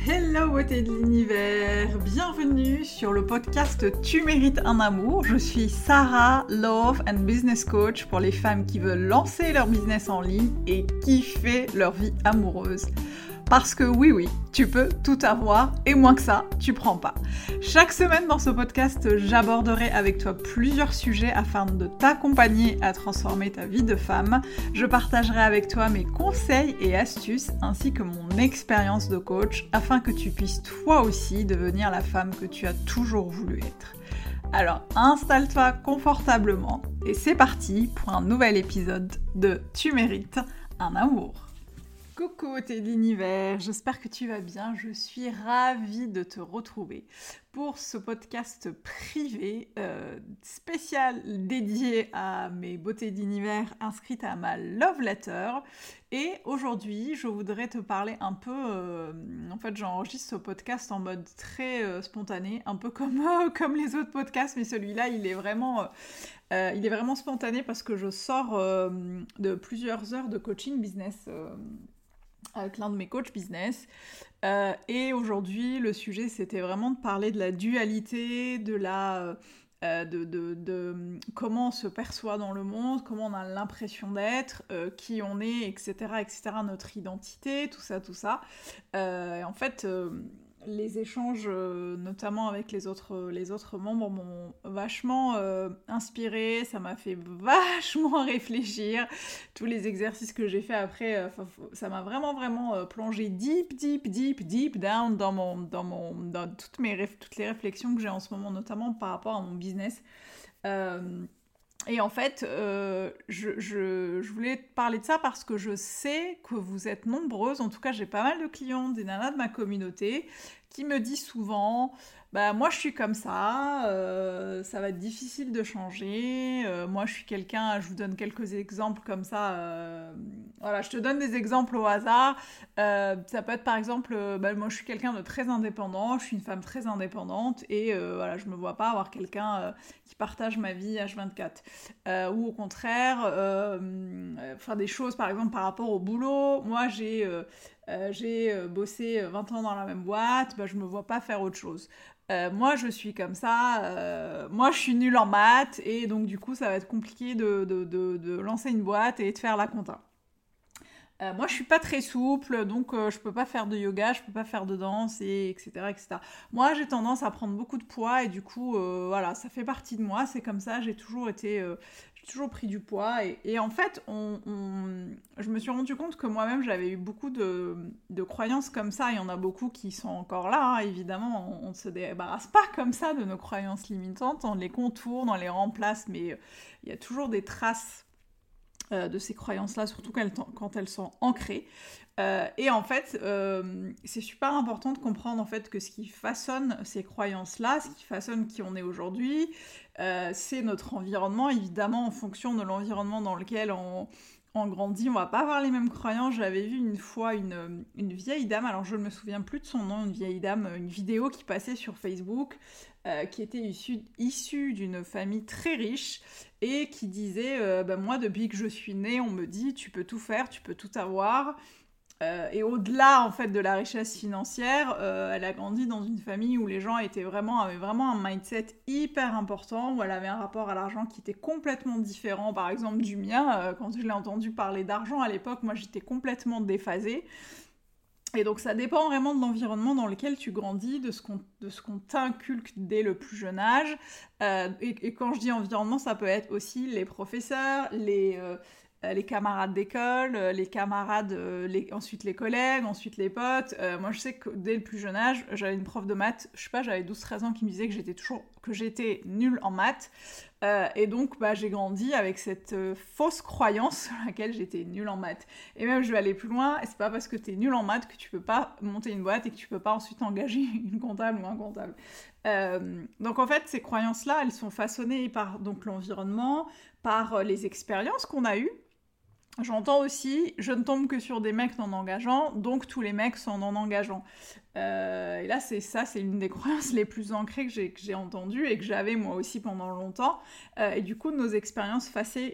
Hello beauté de l'univers, bienvenue sur le podcast Tu mérites un amour. Je suis Sarah, Love and Business Coach pour les femmes qui veulent lancer leur business en ligne et kiffer leur vie amoureuse. Parce que oui, tu peux tout avoir et moins que ça, tu prends pas. Chaque semaine dans ce podcast, j'aborderai avec toi plusieurs sujets afin de t'accompagner à transformer ta vie de femme. Je partagerai avec toi mes conseils et astuces ainsi que mon expérience de coach afin que tu puisses toi aussi devenir la femme que tu as toujours voulu être. Alors installe-toi confortablement et c'est parti pour un nouvel épisode de Tu mérites un amour. Coucou beauté de l'univers, j'espère que tu vas bien, je suis ravie de te retrouver pour ce podcast privé spécial dédié à mes beautés d'univers inscrites à ma love letter. Et aujourd'hui, je voudrais te parler un peu, en fait j'enregistre ce podcast en mode très spontané, un peu comme les autres podcasts, mais celui-là il est vraiment spontané parce que je sors de plusieurs heures de coaching business avec l'un de mes coachs business. Et aujourd'hui, le sujet, c'était vraiment de parler de la dualité, de comment on se perçoit dans le monde, comment on a l'impression d'être, qui on est, etc., notre identité, tout ça. Et en fait, les échanges, notamment avec les autres membres, m'ont vachement inspirée, ça m'a fait vachement réfléchir. Tous les exercices que j'ai fait après, ça m'a vraiment plongé deep down dans toutes les réflexions que j'ai en ce moment, notamment par rapport à mon business. Et en fait, je voulais te parler de ça parce que je sais que vous êtes nombreuses, en tout cas j'ai pas mal de clients, des nanas de ma communauté, qui me disent souvent « Bah moi je suis comme ça va être difficile de changer, moi je suis quelqu'un, je vous donne quelques exemples comme ça, voilà, je te donne des exemples au hasard, ça peut être par exemple, moi je suis quelqu'un de très indépendant, je suis une femme très indépendante et voilà, je me vois pas avoir quelqu'un qui partage ma vie H24. Ou au contraire, faire des choses par exemple par rapport au boulot, moi j'ai bossé 20 ans dans la même boîte, je me vois pas faire autre chose. Moi je suis comme ça, moi je suis nulle en maths et donc du coup ça va être compliqué de lancer une boîte et de faire la compta. Moi je suis pas très souple donc je peux pas faire de yoga, je peux pas faire de danse et etc. Moi j'ai tendance à prendre beaucoup de poids et du coup voilà, ça fait partie de moi, c'est comme ça, j'ai toujours pris du poids et en fait je me suis rendu compte que moi-même j'avais eu beaucoup de croyances comme ça. Il y en a beaucoup qui sont encore là, hein, évidemment on ne se débarrasse pas comme ça de nos croyances limitantes, on les contourne, on les remplace, mais il y a toujours des traces de ces croyances-là, surtout quand elles sont ancrées. Et en fait, c'est super important de comprendre en fait que ce qui façonne ces croyances-là, ce qui façonne qui on est aujourd'hui, c'est notre environnement. Évidemment, en fonction de l'environnement dans lequel on grandit, on va pas avoir les mêmes croyances. J'avais vu une fois une vieille dame, alors je ne me souviens plus de son nom, une vieille dame, une vidéo qui passait sur Facebook, qui était issue d'une famille très riche et qui disait moi depuis que je suis née on me dit tu peux tout faire, tu peux tout avoir. Et au-delà en fait de la richesse financière, elle a grandi dans une famille où les gens avaient vraiment un mindset hyper important, où elle avait un rapport à l'argent qui était complètement différent par exemple du mien. Quand je l'ai entendu parler d'argent à l'époque, moi j'étais complètement déphasée. Et donc ça dépend vraiment de l'environnement dans lequel tu grandis, de ce qu'on t'inculque dès le plus jeune âge. Et quand je dis environnement, ça peut être aussi les professeurs, les camarades d'école, les camarades, ensuite les collègues, ensuite les potes. Moi je sais que dès le plus jeune âge, j'avais une prof de maths, je sais pas, j'avais 12-13 ans qui me disait que j'étais nulle en maths. Et donc j'ai grandi avec cette fausse croyance sur laquelle j'étais nulle en maths. Et même je vais aller plus loin, et c'est pas parce que t'es nulle en maths que tu peux pas monter une boîte et que tu peux pas ensuite engager une comptable ou un comptable. Donc en fait ces croyances-là, elles sont façonnées par donc l'environnement, par les expériences qu'on a eues. J'entends aussi, je ne tombe que sur des mecs non engageants, donc tous les mecs sont non engageants. Et là, c'est une des croyances les plus ancrées que j'ai entendues et que j'avais moi aussi pendant longtemps. Et du coup, nos expériences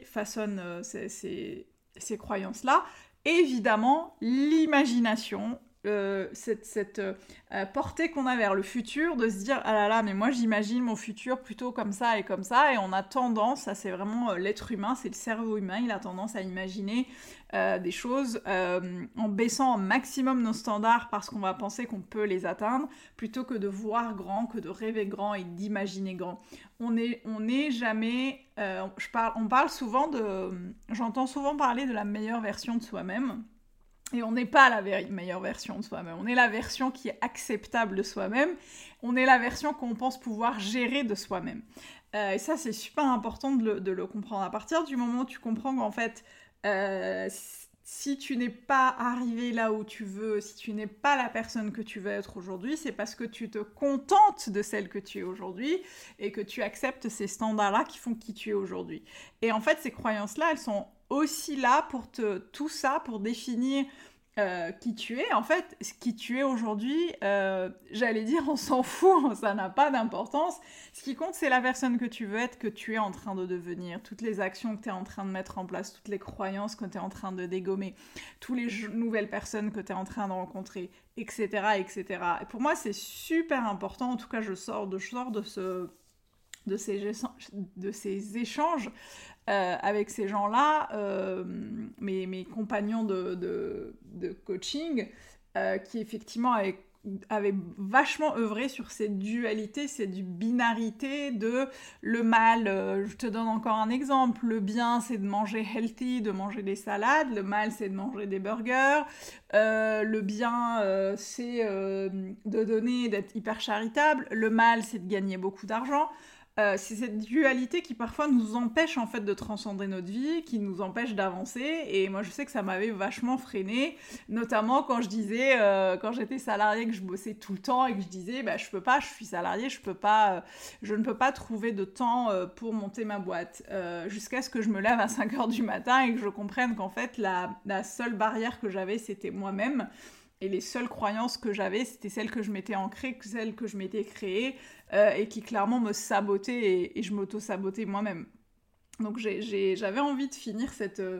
façonnent ces croyances-là. Évidemment, l'imagination portée qu'on a vers le futur, de se dire ah là là, mais moi j'imagine mon futur plutôt comme ça, et on a tendance, ça c'est vraiment l'être humain, c'est le cerveau humain, il a tendance à imaginer des choses en baissant au maximum nos standards parce qu'on va penser qu'on peut les atteindre, plutôt que de voir grand, que de rêver grand et d'imaginer grand. On n'est jamais... on parle souvent j'entends souvent parler de la meilleure version de soi-même. Et on n'est pas la meilleure version de soi-même. On est la version qui est acceptable de soi-même. On est la version qu'on pense pouvoir gérer de soi-même. Et ça, c'est super important de le comprendre. À partir du moment où tu comprends qu'en fait, si tu n'es pas arrivé là où tu veux, si tu n'es pas la personne que tu veux être aujourd'hui, c'est parce que tu te contentes de celle que tu es aujourd'hui et que tu acceptes ces standards-là qui font qui tu es aujourd'hui. Et en fait, ces croyances-là, elles sont aussi là pour tout ça, pour définir qui tu es. En fait, qui tu es aujourd'hui, j'allais dire, on s'en fout, ça n'a pas d'importance. Ce qui compte, c'est la personne que tu veux être, que tu es en train de devenir, toutes les actions que tu es en train de mettre en place, toutes les croyances que tu es en train de dégommer, toutes les nouvelles personnes que tu es en train de rencontrer, etc., etc. Et pour moi, c'est super important. En tout cas, je sors de ces échanges avec ces gens-là, mes compagnons de coaching, qui effectivement avaient vachement œuvré sur cette dualité, cette binarité de le mal. Je te donne encore un exemple. Le bien, c'est de manger healthy, de manger des salades. Le mal, c'est de manger des burgers. Le bien, c'est de donner, d'être hyper charitable. Le mal, c'est de gagner beaucoup d'argent. C'est cette dualité qui parfois nous empêche en fait de transcender notre vie, qui nous empêche d'avancer. Et moi je sais que ça m'avait vachement freinée, notamment quand je disais, quand j'étais salariée, que je bossais tout le temps et que je disais je peux pas, je suis salariée, je ne peux pas trouver de temps pour monter ma boîte, jusqu'à ce que je me lève à 5h du matin et que je comprenne qu'en fait la seule barrière que j'avais, c'était moi-même. Et les seules croyances que j'avais, c'était celles que je m'étais ancrées, celles que je m'étais créées, et qui clairement me sabotaient, et je m'auto-sabotais moi-même. Donc j'avais envie de finir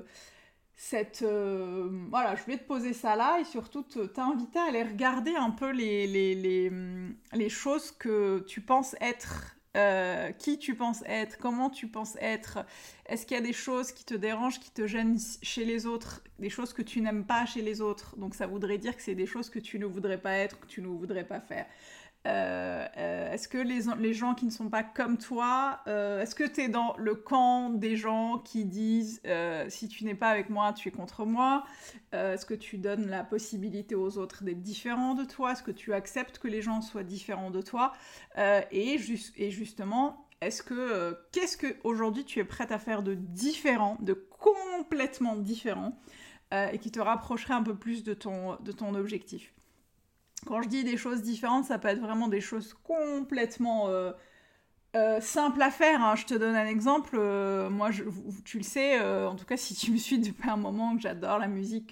voilà, je voulais te poser ça là, et surtout t'inviter à aller regarder un peu les choses que tu penses être, qui tu penses être, comment tu penses être. Est-ce qu'il y a des choses qui te dérangent, qui te gênent chez les autres, des choses que tu n'aimes pas chez les autres? Donc ça voudrait dire que c'est des choses que tu ne voudrais pas être, que tu ne voudrais pas faire. Est-ce que les gens qui ne sont pas comme toi, est-ce que tu es dans le camp des gens qui disent si tu n'es pas avec moi, tu es contre moi? Est-ce que tu donnes la possibilité aux autres d'être différents de toi? Est-ce que tu acceptes que les gens soient différents de toi? Et justement, qu'est-ce que aujourd'hui tu es prête à faire de différent, de complètement différent, et qui te rapprocherait un peu plus de ton objectif? Quand je dis des choses différentes, ça peut être vraiment des choses complètement simples à faire. Hein. Je te donne un exemple. Moi, tu le sais, en tout cas, si tu me suis depuis un moment, que j'adore la musique,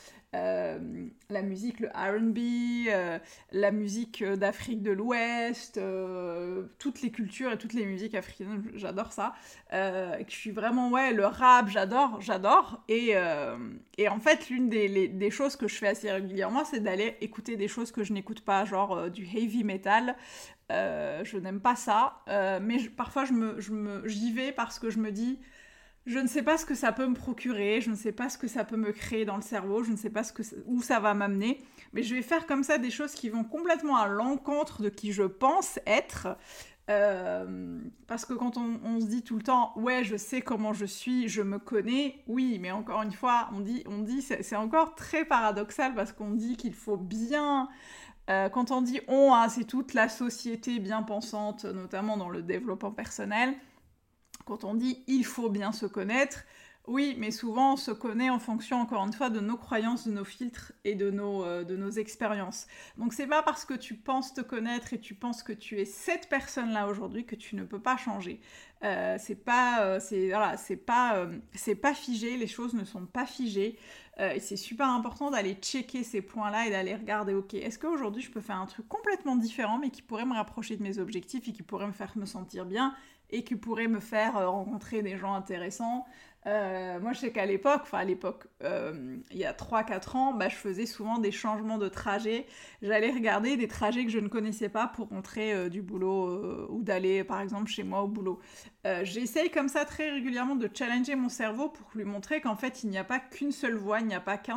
le R&B, la musique d'Afrique de l'Ouest, toutes les cultures et toutes les musiques africaines, j'adore ça. Que je suis vraiment, le rap, j'adore. Et en fait, l'une des choses que je fais assez régulièrement, c'est d'aller écouter des choses que je n'écoute pas, genre du heavy metal. Je n'aime pas ça, mais parfois j'y vais parce que je me dis, je ne sais pas ce que ça peut me procurer, je ne sais pas ce que ça peut me créer dans le cerveau, je ne sais pas où ça va m'amener, mais je vais faire comme ça des choses qui vont complètement à l'encontre de qui je pense être, parce que quand on se dit tout le temps ouais je sais comment je suis, je me connais, oui, mais encore une fois on dit c'est encore très paradoxal, parce qu'on dit qu'il faut bien... quand on dit on, hein, c'est toute la société bien pensante, notamment dans le développement personnel. Quand on dit « il faut bien se connaître », oui, mais souvent on se connaît en fonction, encore une fois, de nos croyances, de nos filtres et de nos expériences. Donc c'est pas parce que tu penses te connaître et tu penses que tu es cette personne-là aujourd'hui que tu ne peux pas changer. C'est pas figé, les choses ne sont pas figées. Et c'est super important d'aller checker ces points-là et d'aller regarder, ok, est-ce qu'aujourd'hui je peux faire un truc complètement différent, mais qui pourrait me rapprocher de mes objectifs et qui pourrait me faire me sentir bien, et qui pourrait me faire rencontrer des gens intéressants, Moi, je sais qu'à l'époque, il y a 3-4 ans, je faisais souvent des changements de trajet. J'allais regarder des trajets que je ne connaissais pas pour rentrer du boulot ou d'aller, par exemple, chez moi au boulot. J'essaye comme ça très régulièrement de challenger mon cerveau pour lui montrer qu'en fait, il n'y a pas qu'une seule voie, il n'y a pas qu'une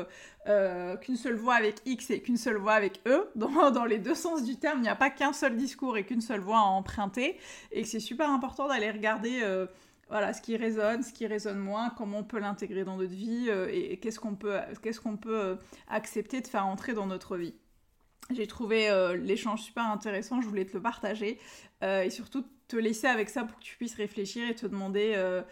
seule voie avec X et qu'une seule voie avec E. Dans les deux sens du terme, il n'y a pas qu'un seul discours et qu'une seule voie à emprunter. Et que c'est super important d'aller regarder... voilà, ce qui résonne moins, comment on peut l'intégrer dans notre vie et qu'est-ce qu'on peut accepter de faire entrer dans notre vie. J'ai trouvé l'échange super intéressant, je voulais te le partager et surtout te laisser avec ça pour que tu puisses réfléchir et te demander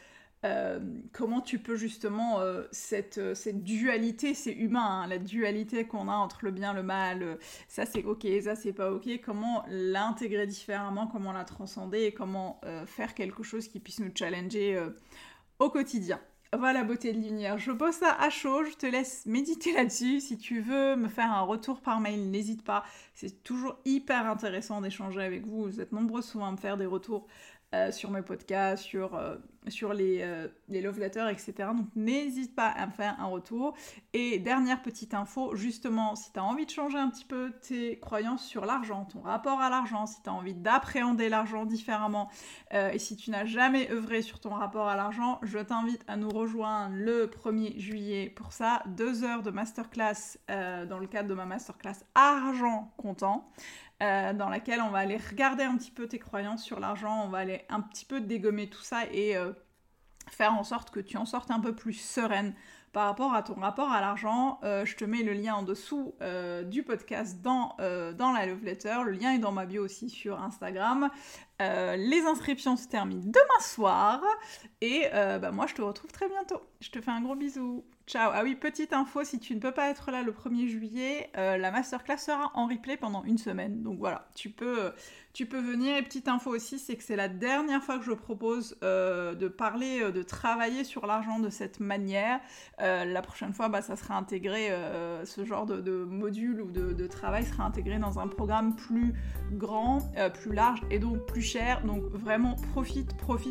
comment tu peux justement cette dualité, c'est humain, hein, la dualité qu'on a entre le bien et le mal, ça c'est ok, ça c'est pas ok, comment l'intégrer différemment, comment la transcender et comment faire quelque chose qui puisse nous challenger au quotidien. Voilà, beauté de l'univers, je pose ça à chaud, je te laisse méditer là-dessus. Si tu veux me faire un retour par mail, n'hésite pas, c'est toujours hyper intéressant d'échanger avec vous. Vous êtes nombreux souvent à me faire des retours sur mes podcasts, sur les love letters, etc. Donc n'hésite pas à me faire un retour. Et dernière petite info, justement, si tu as envie de changer un petit peu tes croyances sur l'argent, ton rapport à l'argent, si tu as envie d'appréhender l'argent différemment, et si tu n'as jamais œuvré sur ton rapport à l'argent, je t'invite à nous rejoindre le 1er juillet pour ça. 2 heures de masterclass dans le cadre de ma masterclass Argent Comptant. Dans laquelle on va aller regarder un petit peu tes croyances sur l'argent, on va aller un petit peu dégommer tout ça et faire en sorte que tu en sortes un peu plus sereine par rapport à ton rapport à l'argent. Je te mets le lien en dessous du podcast dans la love letter, le lien est dans ma bio aussi sur Instagram. Les inscriptions se terminent demain soir et moi je te retrouve très bientôt. Je te fais un gros bisou. Ciao. Ah oui, petite info, si tu ne peux pas être là le 1er juillet, la masterclass sera en replay pendant 1 semaine. Donc voilà, tu peux venir. Et petite info aussi, c'est que c'est la dernière fois que je propose de parler, de travailler sur l'argent de cette manière. La prochaine fois, ça sera intégré, ce genre de module ou de travail sera intégré dans un programme plus grand, plus large et donc plus cher. Donc vraiment, profite,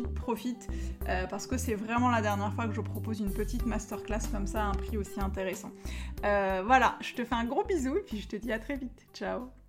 parce que c'est vraiment la dernière fois que je propose une petite masterclass comme ça à un prix aussi intéressant. Voilà, je te fais un gros bisou et puis je te dis à très vite. Ciao.